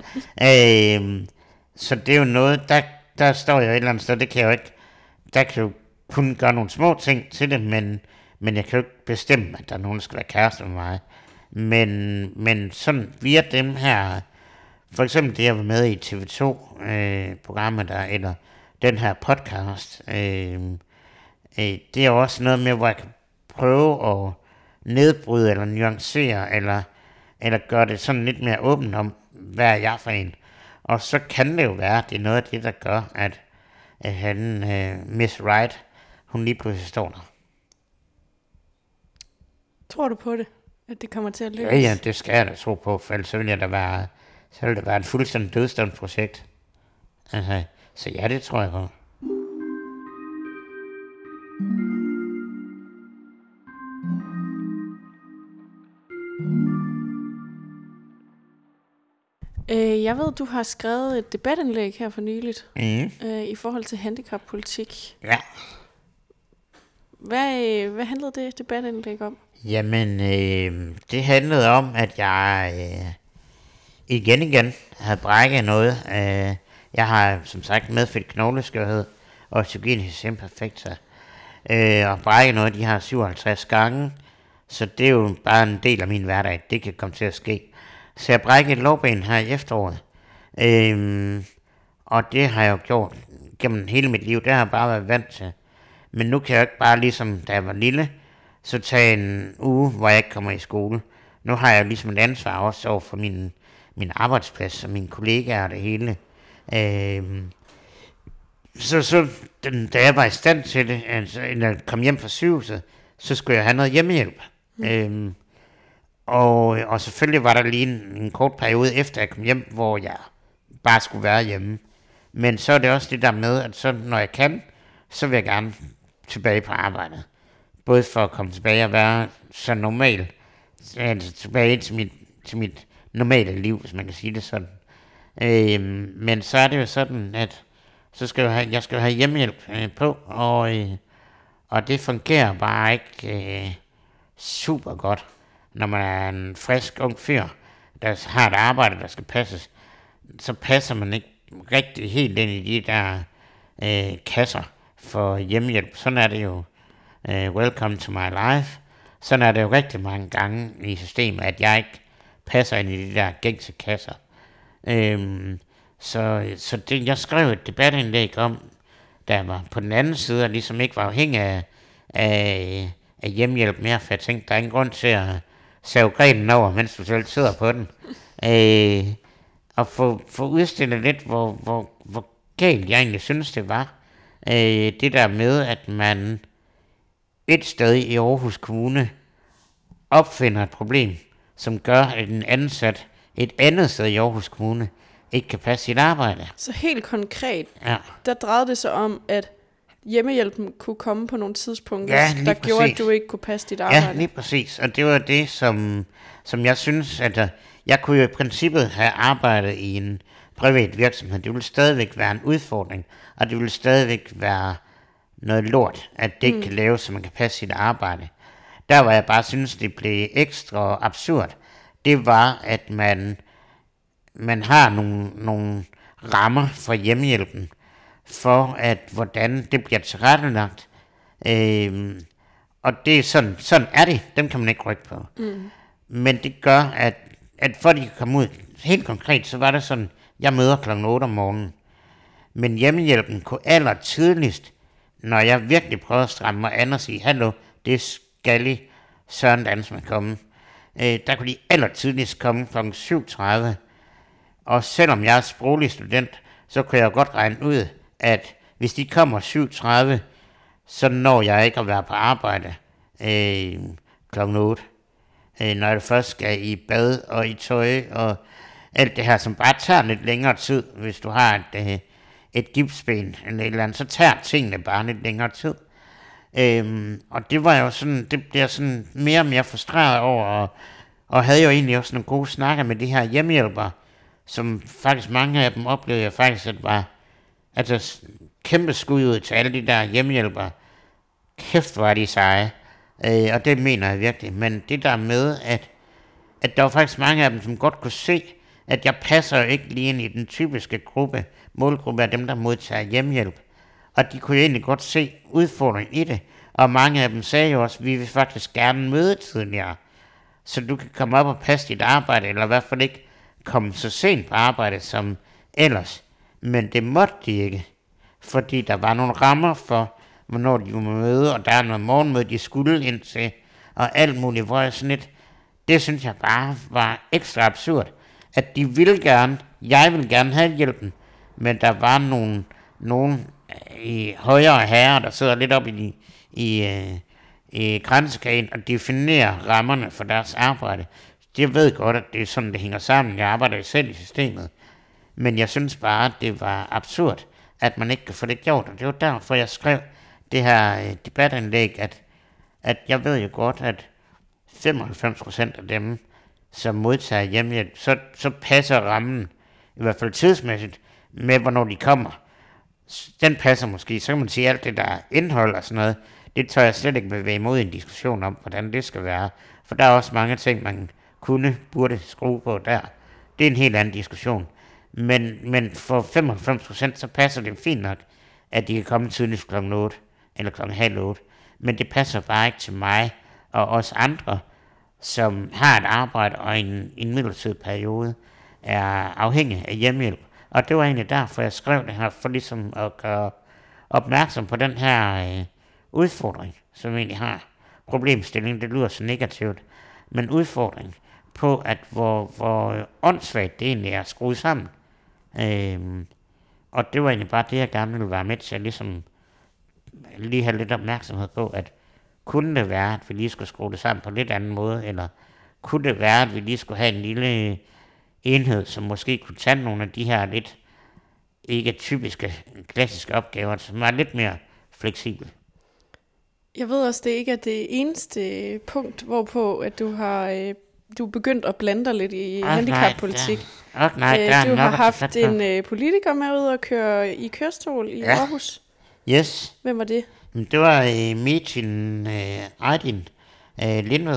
Så det er jo noget, der står jeg et eller andet sted, det kan jeg jo ikke, der kan jo kun gøre nogle små ting til det, men jeg kan jo ikke bestemme, at der er nogen, der skal være kæreste med mig. Men sådan via dem her, for eksempel det, jeg var med i TV2-programmet der, eller den her podcast, det er også noget med, hvor jeg kan prøve at nedbryde, eller nuancere, eller gøre det sådan lidt mere åbent om, hvad er jeg for en. Og så kan det jo være, at det er noget af det, der gør, at Miss Right, hun lige pludselig står der. Tror du på det? At det kommer til at lykkes? Ja, det skal jeg da tro på, for ellers så vil det være et fuldstændig dødstående projekt. Altså, så ja, det tror jeg på. Jeg ved, du har skrevet et debatindlæg her for nyligt i forhold til handicappolitik. Ja. Hvad handlede det debatindlæg om? Jamen, det handlede om, at jeg igen havde brækket noget. Jeg har som sagt medfødt knogleskørhed og osteogenesis imperfecta, og brækket noget de har 57 gange, så det er jo bare en del af min hverdag. Det kan komme til at ske. Så jeg brækkede et lårben her i efteråret, og det har jeg jo gjort gennem hele mit liv. Det har jeg bare været vant til. Men nu kan jeg jo ikke bare ligesom, da jeg var lille, så tage en uge, hvor jeg ikke kommer i skole. Nu har jeg ligesom et ansvar også over for min arbejdsplads og mine kollegaer og det hele. Da jeg var i stand til det, altså, når jeg kom hjem fra sygehuset, så skulle jeg have noget hjemmehjælp. Og selvfølgelig var der lige en kort periode efter jeg kom hjem, hvor jeg bare skulle være hjemme. Men så er det også det der med, at så, når jeg kan, så vil jeg gerne tilbage på arbejdet. Både for at komme tilbage og være så normal, altså tilbage til mit normale liv, hvis man kan sige det sådan. Men så er det jo sådan, at så skal jeg skal have hjemmehjælp på, og det fungerer bare ikke super godt, når man er en frisk ung fyr, der har et arbejde, der skal passes. Så passer man ikke rigtig helt ind i de der kasser for hjemmehjælp. Sådan er det jo. Welcome to my life. Sådan er det jo rigtig mange gange i systemet, at jeg ikke passer ind i de der gængse kasser. Så det, jeg skrev et debatindlæg om, der var på den anden side, og ligesom ikke var afhængig af hjemmehjælp mere, for jeg tænkte, der er ingen grund til at save grenen over, mens du selv sidder på den. Og få udstillet lidt, hvor galt jeg egentlig synes, det var. Det der med, at man et sted i Aarhus Kommune opfinder et problem, som gør, at en ansat et andet sted i Aarhus Kommune ikke kan passe sit arbejde. Så helt konkret, ja. Der drejede det sig om, at hjemmehjælpen kunne komme på nogle tidspunkter, der gjorde, at du ikke kunne passe dit arbejde. Ja, lige præcis. Og det var det, som jeg synes, at jeg kunne jo i princippet have arbejdet i en privat virksomhed. Det ville stadigvæk være en udfordring, og det ville stadigvæk være noget lort, at det ikke kan laves, så man kan passe sit arbejde. Der hvor jeg bare synes, det blev ekstra absurd, det var, at man har nogle rammer for hjemmehjælpen, for at hvordan det bliver tilrettelagt. Og det er sådan er det. Dem kan man ikke rykke på. Men det gør, at for at de kan komme ud, helt konkret, så var det sådan, jeg møder kl. 8 om morgenen. Men hjemmehjælpen kunne aller tidligst, når jeg virkelig prøver at stramme mig an og sige, hallo, det skal I Søren Dansman komme. Der kunne de aller tidligst komme kl. 7.30. Og selvom jeg er sproglig student, så kunne jeg godt regne ud, at hvis de kommer 7.30, så når jeg ikke at være på arbejde kl. 8. når jeg først skal i bad og i tøj og alt det her, som bare tager lidt længere tid. Hvis du har et gipsben eller et eller andet, så tager tingene bare lidt længere tid. Og det var jo sådan, det bliver sådan mere og mere frustreret over, og havde jo egentlig også nogle gode snakker med de her hjemmehjælpere, som faktisk mange af dem oplevede jeg faktisk, at var altså kæmpe skud ud til alle de der hjemmehjælpere. Kæft var de seje, og det mener jeg virkelig. Men det der med, at der var faktisk mange af dem, som godt kunne se, at jeg passer jo ikke lige ind i den typiske målgruppe af dem, der modtager hjemmehjælp. Og de kunne jo egentlig godt se udfordringen i det. Og mange af dem sagde jo også, at vi vil faktisk gerne møde tidligere, så du kan komme op og passe dit arbejde, eller i hvert fald ikke komme så sent på arbejde som ellers. Men det måtte de ikke, fordi der var nogle rammer for, hvornår de må møde, og der er noget morgenmøde, de skulle ind til, og alt muligt, hvor jeg sådan lidt, det synes jeg bare var ekstra absurd, at de ville gerne, jeg ville gerne have hjælpen, men der var nogen i højere herrer, der sidder lidt op i grænsekagen og definerer rammerne for deres arbejde. Jeg ved godt, at det er sådan, det hænger sammen. Jeg arbejder jo selv i systemet. Men jeg synes bare, at det var absurd, at man ikke kan få det gjort. Og det var derfor, jeg skrev det her debatindlæg, at jeg ved jo godt, at 95% af dem, som modtager hjemmehjælp, så passer rammen, i hvert fald tidsmæssigt, med hvornår de kommer. Den passer måske, så kan man sige alt det der indhold og sådan noget, det tør jeg slet ikke bevæge imod en diskussion om, hvordan det skal være. For der er også mange ting, man burde skrue på der. Det er en helt anden diskussion. Men for 95% så passer det fint nok, at de kan komme tidligst kl. 8 eller kl. 7:30. Men det passer bare ikke til mig og os andre, som har et arbejde og en midlertidig periode er afhængig af hjemmehjælp. Og det var egentlig derfor, jeg skrev det her, for ligesom at gøre opmærksom på den her udfordring, som vi egentlig har. Problemstilling, det lyder så negativt, men udfordring på, at hvor åndssvagt det egentlig er skruet sammen. Og det var egentlig bare det, jeg gerne ville være med til at ligesom lige have lidt opmærksomhed på, at kunne det være, at vi lige skulle skrue det sammen på lidt anden måde, eller kunne det være, at vi lige skulle have en lille enhed, som måske kunne tage nogle af de her lidt ikke typiske, klassiske opgaver, som er lidt mere fleksibel. Jeg ved også, det ikke er det eneste punkt, hvorpå at du er begyndt at blande dig lidt i handicappolitik. Du har haft en politiker med ud og køre i kørestol i Aarhus. Yes. Hvem var det? Det var Metin Aydin Lindved,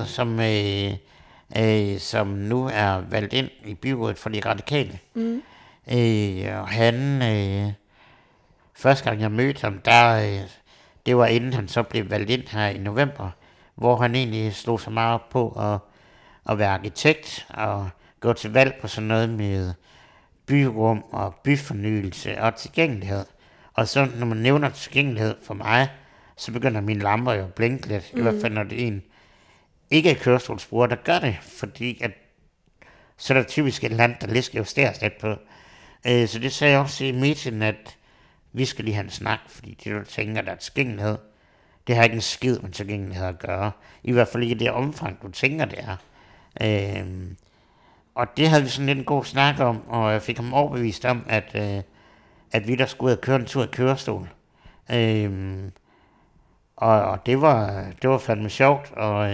som nu er valgt ind i byrådet for de radikale. Mm. Og han, første gang jeg mødte ham, det var inden han så blev valgt ind her i november, hvor han egentlig slog sig meget op på at være arkitekt og gå til valg på sådan noget med byrum og byfornyelse og tilgængelighed. Og så når man nævner tilgængelighed for mig, så begynder mine lamper jo at blinke lidt, i hvert fald når det er en ikke er kørestolsbruger, der gør det, fordi at, så er der typisk et land, der lige skal justeres lidt på. Så det sagde jeg også i meeting, at vi skal lige have en snak, fordi det du tænker, der er tilgængelighed, det har ikke en skid med tilgængelighed at gøre. I hvert fald ikke i det omfang, du tænker, det er. Og det havde vi sådan lidt en god snak om, og jeg fik ham overbevist om, at vi der skulle ud og køre en tur i kørestol. Og det var fandme sjovt.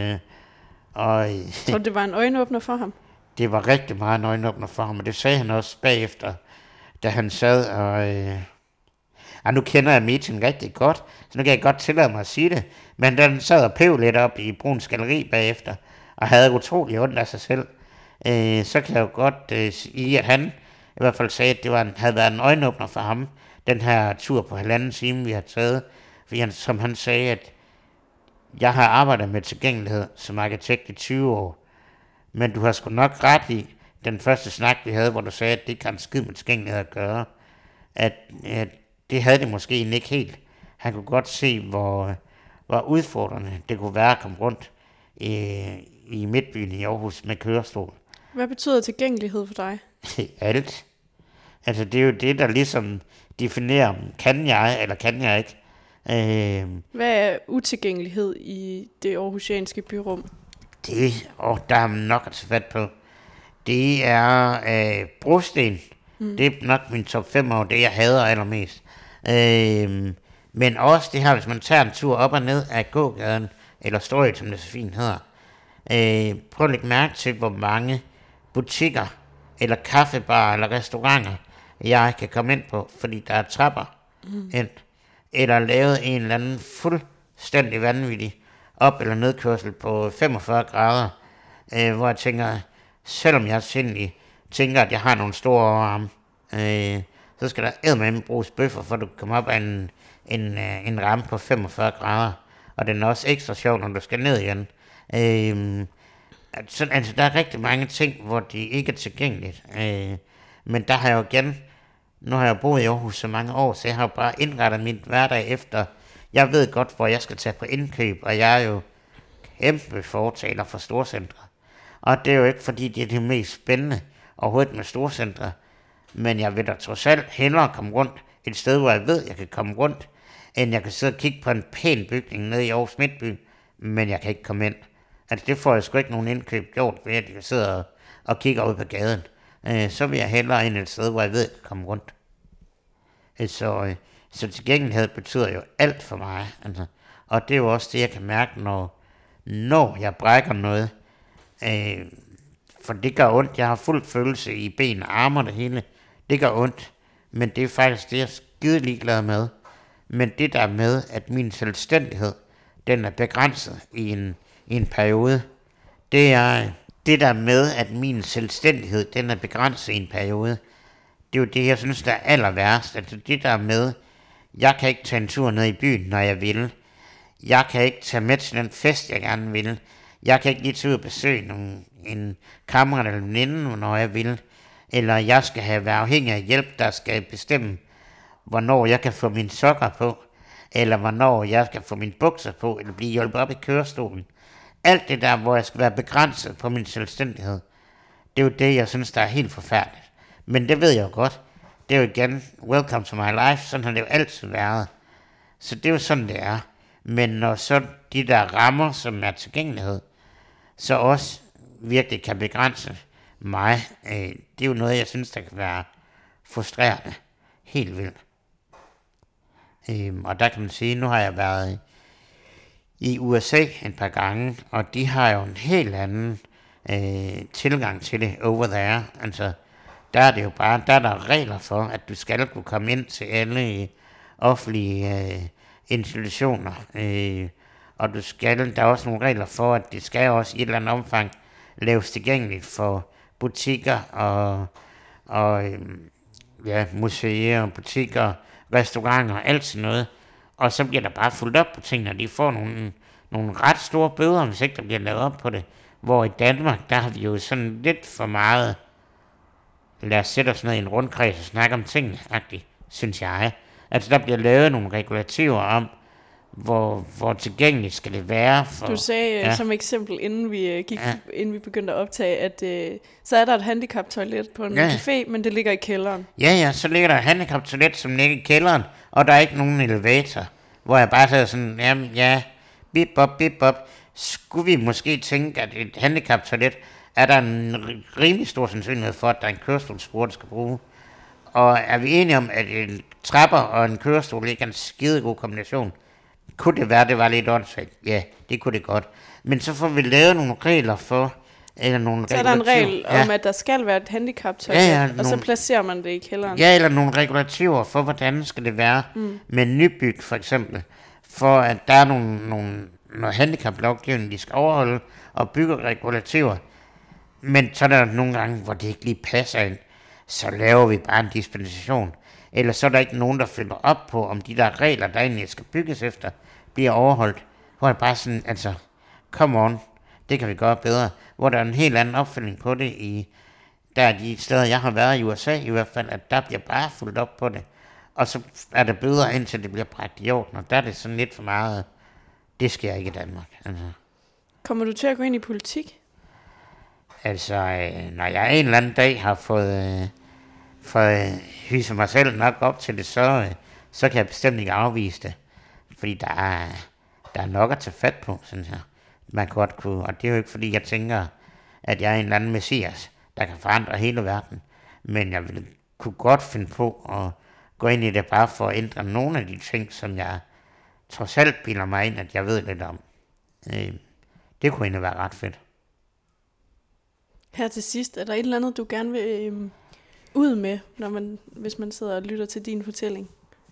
Så det var en øjenåbner for ham? Det var rigtig meget en øjenåbner for ham, og det sagde han også bagefter, da han sad og nu kender jeg Metin rigtig godt, så nu kan jeg godt tillade mig at sige det, men da han sad og pev lidt op i Bruns Galleri bagefter, og havde utrolig ondt af sig selv, så kan jeg jo godt sige, at han i hvert fald sagde, at det havde været en øjenåbner for ham, den her tur på 1,5 time, vi har taget. Fordi som han sagde, at jeg har arbejdet med tilgængelighed som arkitekt i 20 år, men du har sgu nok ret i den første snak, vi havde, hvor du sagde, at det kan skid med tilgængelighed at gøre, at det havde det måske ikke helt. Han kunne godt se, hvor udfordrende det kunne være at komme rundt i midtbyen i Aarhus med kørestol. Hvad betyder tilgængelighed for dig? Alt. Altså det er jo det, der ligesom definerer, kan jeg eller kan jeg ikke. Hvad er utilgængelighed i det aarhusianske byrum? Der er nok at tage fat på. Det er brosten. Det er nok min top 5 over det, jeg hader allermest. Men også det her, hvis man tager en tur op og ned af gågaden, eller Strøget, som det så fint hedder. Prøv at lægge mærke til, hvor mange butikker, eller kaffebarer, eller restauranter, jeg kan komme ind på, fordi der er trapper ind. Eller lavet en eller anden fuldstændig vanvittig op- eller nedkørsel på 45 grader, hvor jeg tænker, selvom jeg sindelig tænker, at jeg har nogle store overarme, så skal der eddermame bruges bøffer, for at du kan komme op af en ramme på 45 grader. Og den er også ekstra sjov, når du skal ned igen. Altså, der er rigtig mange ting, hvor de ikke er tilgængeligt. Men der har jeg jo igen, nu har jeg boet i Aarhus så mange år, så jeg har jo bare indrettet min hverdag efter. Jeg ved godt, hvor jeg skal tage på indkøb, og jeg er jo kæmpe fortaler for storcentre. Og det er jo ikke, fordi det er det mest spændende overhovedet med storcentre, men jeg vil da trods alt hellere komme rundt et sted, hvor jeg ved, jeg kan komme rundt, end jeg kan sidde og kigge på en pæn bygning nede i Aarhus Midtby, men jeg kan ikke komme ind. Altså det får jeg sgu ikke nogen indkøb gjort, ved at jeg sidder og kigger ud på gaden. Så vil jeg hellere ind et sted, hvor jeg ved, jeg kan komme rundt. Så tilgængelighed betyder jo alt for mig. Altså. Og det er jo også det, jeg kan mærke, når jeg brækker noget. For det gør ondt. Jeg har fuld følelse i ben og arme og det hele. Det gør ondt. Men det er faktisk det, jeg er skide ligeglad med. Men det der med, at min selvstændighed, den er begrænset i en periode. Det er det der med, at min selvstændighed, den er begrænset i en periode. Det er jo det, jeg synes, der er aller værst. Altså det der med, jeg kan ikke tage en tur ned i byen, når jeg vil. Jeg kan ikke tage med til den fest, jeg gerne vil. Jeg kan ikke lige tage ud og besøge en kammerat eller veninde, når jeg vil. Eller jeg skal være afhængig af hjælp, der skal bestemme, hvornår jeg kan få mine sokker på. Eller hvornår jeg skal få mine bukser på, eller blive hjulpet op i kørestolen. Alt det der, hvor jeg skal være begrænset på min selvstændighed, det er jo det, jeg synes, der er helt forfærdeligt. Men det ved jeg jo godt. Det er jo igen, welcome to my life, sådan har det jo altid været. Så det er jo sådan, det er. Men når så de der rammer, som er tilgængelighed, så også virkelig kan begrænse mig, det er jo noget, jeg synes, der kan være frustrerende. Helt vildt. Og der kan man sige, nu har jeg været i USA et par gange, og de har jo en helt anden tilgang til det over there. Altså, der er det jo bare, der er der regler for, at du skal kunne komme ind til alle offentlige institutioner. Og der er også nogle regler for, at det skal også i et eller andet omfang laves tilgængeligt for butikker og museer, butikker, restauranter og alt sådan noget. Og så bliver der bare fuldt op på tingene, og de får nogle ret store bøder, hvis ikke der bliver lavet op på det. Hvor i Danmark, der har vi jo sådan lidt for meget, lad os sætte os ned i en rundkreds og snakke om tingene, synes jeg. Altså der bliver lavet nogle regulativer om, hvor tilgængeligt skal det være. Du sagde som eksempel, inden vi begyndte at optage, at så er der et handicaptoilet på en café, men det ligger i kælderen. Ja, så ligger der et handicaptoilet, som ligger i kælderen, og der er ikke nogen elevator, hvor jeg bare sidder sådan, bip bop. Skulle vi måske tænke, at et handicaptoilet, er der en rimelig stor sandsynlighed for, at der er en kørestolsbruger, der skal bruge. Og er vi enige om, at en trapper og en kørestol ikke er en skidegod kombination? Kunne det være, det var lidt åndssvagt? Ja, det kunne det godt. Men så får vi lavet nogle regler for, eller nogle så er der en regel om, at der skal være et handicaptoilet, og så placerer man det i kælderen. Ja, eller nogle regulativer for, hvordan skal det være med nybyg for eksempel. For at der er noget handicaplovgivning, de skal overholde, og bygge regulativer. Men så er der nogle gange, hvor det ikke lige passer ind, så laver vi bare en dispensation. Eller så er der ikke nogen, der følger op på, om de der regler, der egentlig skal bygges efter, bliver overholdt. Hvor det bare sådan, altså, come on, det kan vi gøre bedre. Hvor der er en helt anden opfølgning på det der er de steder, jeg har været i USA i hvert fald, at der bliver bare fulgt op på det. Og så er der bøder, indtil det bliver bragt i orden, og der er det sådan lidt for meget, det sker ikke i Danmark. Altså. Kommer du til at gå ind i politik? Altså, når jeg en eller anden dag har fået hyser mig selv nok op til det, så kan jeg bestemt ikke afvise det. Fordi der er nok at tage fat på, synes jeg. man godt kunne. Og det er jo ikke fordi, jeg tænker, at jeg er en eller anden messias, der kan forandre hele verden. Men jeg ville kunne godt finde på at gå ind i det bare for at ændre nogle af de ting, som jeg trods alt bilder mig ind, at jeg ved lidt om. Det kunne egentlig være ret fedt. Her til sidst, er der et eller andet, du gerne vil ud med, hvis man sidder og lytter til din fortælling?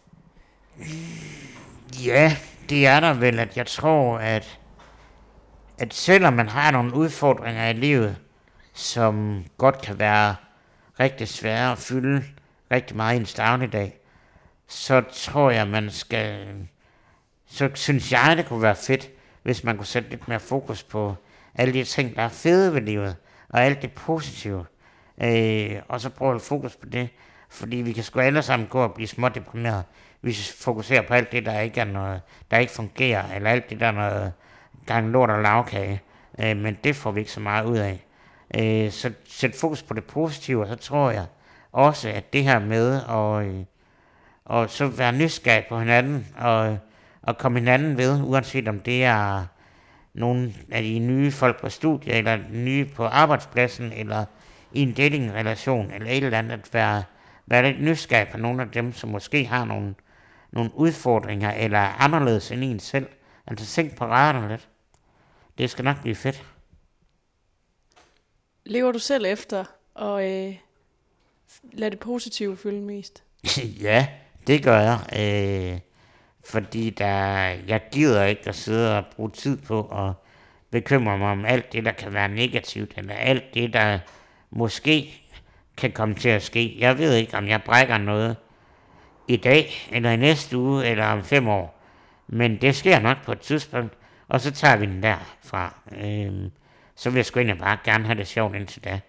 Ja, det er der vel, at jeg tror, at selvom man har nogle udfordringer i livet, som godt kan være rigtig svære at fylde rigtig meget i ens dagligdag, så tror jeg, så synes jeg, det kunne være fedt, hvis man kunne sætte lidt mere fokus på alle de ting, der er fede ved livet, og alt det positive. Og så prøve at fokus på det, fordi vi kan sgu alle sammen gå og blive smådeprimeret, hvis vi fokuserer på alt det, der ikke er noget, der ikke fungerer, eller alt det, der er noget gang lort og lavkage. Men det får vi ikke så meget ud af. Så sæt fokus på det positive, og så tror jeg også, at det her med og så være nysgerrig på hinanden, og komme hinanden ved, uanset om det er nogle af de nye folk på studiet, eller nye på arbejdspladsen, eller i en datingrelation, eller et eller andet, at være lidt nysgerrig på nogle af dem, som måske har nogle udfordringer, eller er anderledes end en selv. Altså tænk på raderne lidt. Det skal nok blive fedt. Lever du selv efter og lad det positive fylde mest? Ja, det gør jeg. Fordi jeg gider ikke at sidde og bruge tid på at bekymre mig om alt det, der kan være negativt, eller alt det, der måske kan komme til at ske. Jeg ved ikke, om jeg brækker noget i dag, eller i næste uge, eller om 5 år. Men det sker nok på et tidspunkt, og så tager vi den derfra. Så vil jeg sgu egentlig bare gerne have det sjovt indtil da.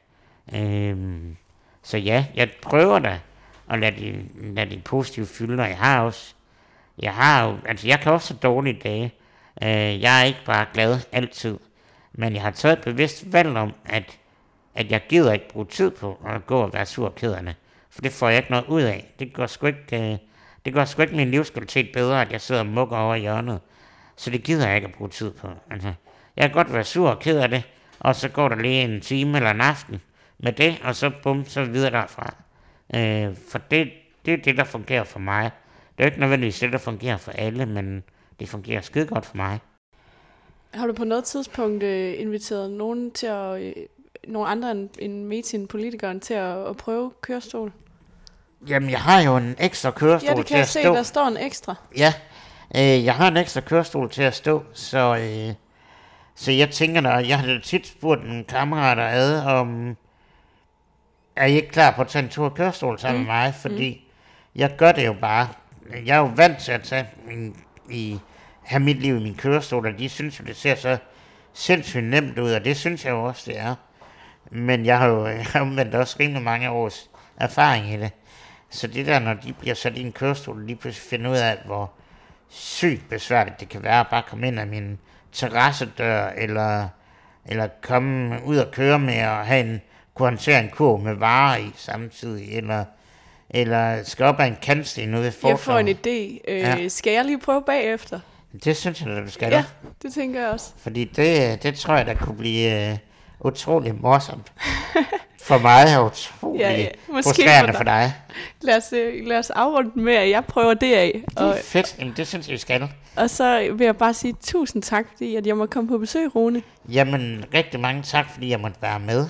Så ja, jeg prøver da at lade det positive fylde, og jeg kan også have dårlige dage. Jeg er ikke bare glad altid, men jeg har taget et bevidst valg om, at jeg gider ikke bruge tid på at gå og være sur og ked af det. For det får jeg ikke noget ud af. Det gør sgu ikke min livskvalitet bedre, at jeg sidder og mukker over i hjørnet. Så det gider jeg ikke at bruge tid på. Altså, jeg kan godt være sur og ked af det, og så går der lige en time eller en aften med det, og så bum, så videre derfra. For det er det, der fungerer for mig. Det er ikke nødvendigvis det, der fungerer for alle, men det fungerer skide godt for mig. Har du på noget tidspunkt inviteret nogen til nogle andre end Metin, politikeren, til at prøve kørestol? Jamen, jeg har jo en ekstra kørestol til at stå. Ja, det kan jeg se, der står en ekstra. Ja, jeg har en ekstra kørestol til at stå, så jeg tænker, jeg har tit spurgt en kammerater ad, om er I ikke klar på at tage en tur kørestol sammen med mig, fordi jeg gør det jo bare. Jeg er jo vant til at have mit liv i min kørestol, og de synes jo, det ser så sindssygt nemt ud, og det synes jeg jo også, det er. Men jeg har jo omvendt også rimelig mange års erfaring i det. Så det der, når de bliver sat i en kørestol, og lige pludselig finder ud af, hvor sygt besværligt det kan være at bare komme ind af min terrassedør, eller komme ud og køre med at kunne håndtere en kurv med varer i samtidig, eller skal op ad en kantsten ude ved fortovet. Jeg får en idé. Skal jeg lige prøve bagefter? Det synes jeg, at du skal. Ja, det tænker jeg også. Fordi det tror jeg, der kunne blive utrolig morsomt. For mig er utrolig frustrerende for dig. Lad os afrunde med, at jeg prøver det af. Det er fedt. Jamen, det synes jeg, vi skal. Og så vil jeg bare sige tusind tak, fordi at jeg må komme på besøg, Rune. Jamen, rigtig mange tak, fordi jeg måtte være med.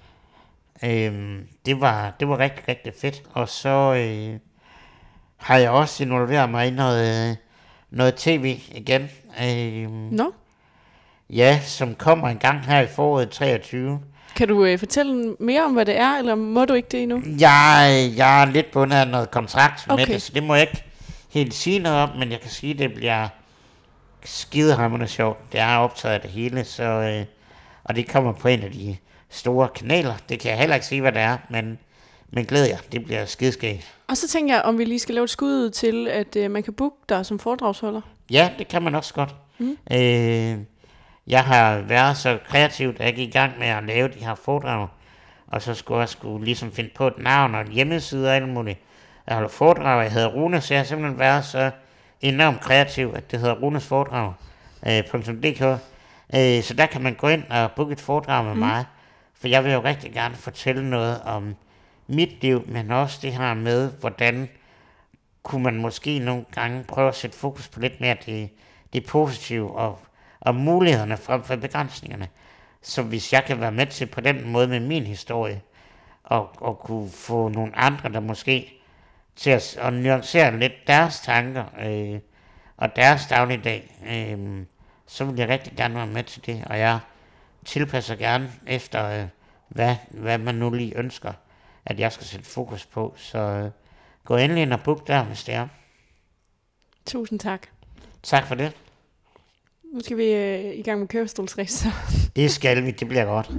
Det var rigtig, rigtig fedt. Og så har jeg også involveret mig i noget tv igen. Nå? Ja, som kommer en gang her i foråret 23. Kan du fortælle mere om, hvad det er, eller må du ikke det endnu? Jeg er lidt bundet af noget kontrakt med det, så det må jeg ikke helt sige noget om, men jeg kan sige, at det bliver skidehamrende sjovt. Det er optaget af det hele, og det kommer på en af de store kanaler. Det kan jeg heller ikke sige, hvad det er, men glæder jeg. Det bliver skideskægt. Og så tænker jeg, om vi lige skal lave et skud til, at man kan booke dig som foredragsholder. Ja, det kan man også godt. Jeg har været så kreativt, at jeg gik i gang med at lave de her foredrag, og så skulle jeg ligesom finde på et navn og en hjemmeside og alt muligt. Jeg holder foredrag, jeg hedder Rune, så jeg har simpelthen været så enormt kreativ, at det hedder Runes Foredrag.dk. Så der kan man gå ind og booke et foredrag med mig, for jeg vil jo rigtig gerne fortælle noget om mit liv, men også det her med, hvordan kunne man måske nogle gange prøve at sætte fokus på lidt mere det positive og mulighederne frem for begrænsningerne. Så hvis jeg kan være med til på den måde med min historie, og kunne få nogle andre, der måske til at nuancere lidt deres tanker og deres dagligdag, så vil jeg rigtig gerne være med til det, og jeg tilpasser gerne efter, hvad man nu lige ønsker, at jeg skal sætte fokus på. Så gå endelig ind og book der, hvis det er. Tusind tak. Tak for det. Nu skal vi i gang med kørestolsræs. Det skal vi, det bliver godt.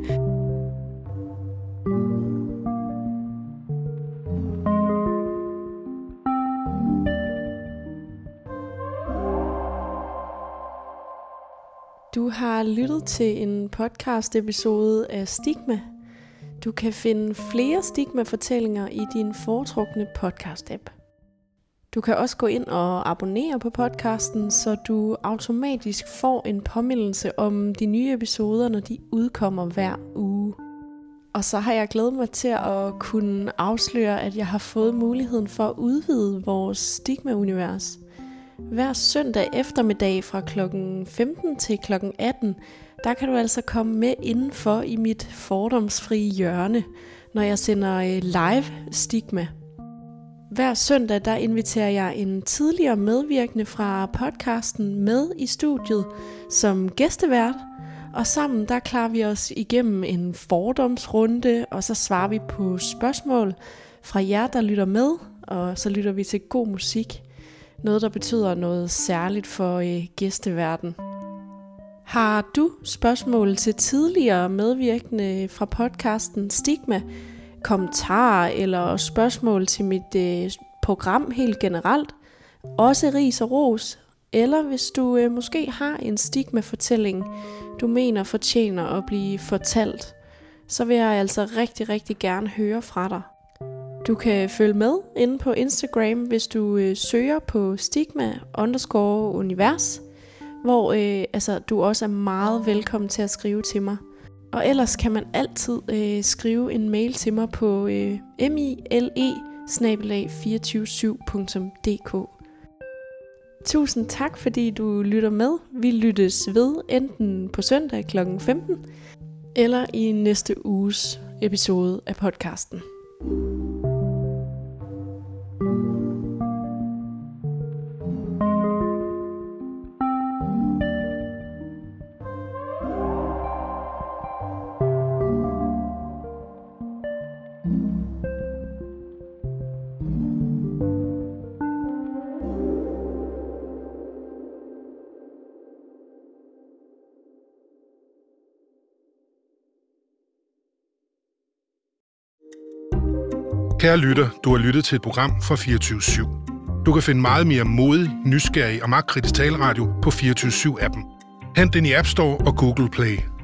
Du har lyttet til en podcast episode af Stigma. Du kan finde flere Stigma-fortællinger i din foretrukne podcast-app. Du kan også gå ind og abonnere på podcasten, så du automatisk får en påmindelse om de nye episoder, når de udkommer hver uge. Og så har jeg glædet mig til at kunne afsløre, at jeg har fået muligheden for at udvide vores Stigma-univers. Hver søndag eftermiddag fra klokken 15 til klokken 18, der kan du altså komme med indenfor i mit fordomsfrie hjørne, når jeg sender live Stigma. Hver søndag der inviterer jeg en tidligere medvirkende fra podcasten med i studiet som gæstevært, og sammen der klarer vi os igennem en fordomsrunde, og så svarer vi på spørgsmål fra jer, der lytter med, og så lytter vi til god musik. Noget, der betyder noget særligt for gæsteværten. Har du spørgsmål til tidligere medvirkende fra podcasten Stigma, kommentarer eller spørgsmål til mit program helt generelt, også ris og ros, eller hvis du måske har en stigma-fortælling, du mener fortjener at blive fortalt, så vil jeg altså rigtig, rigtig gerne høre fra dig. Du kan følge med inde på Instagram, hvis du søger på stigma_univers, hvor du også er meget velkommen til at skrive til mig. Og ellers kan man altid skrive en mail til mig på mile@247.dk. Tusind tak, fordi du lytter med. Vi lyttes ved enten på søndag kl. 15 eller i næste uges episode af podcasten. Kære lytter, du har lyttet til et program fra 24/7. Du kan finde meget mere modig, nysgerrig og magtkritisk taleradio på 24/7-appen. Hent den i App Store og Google Play.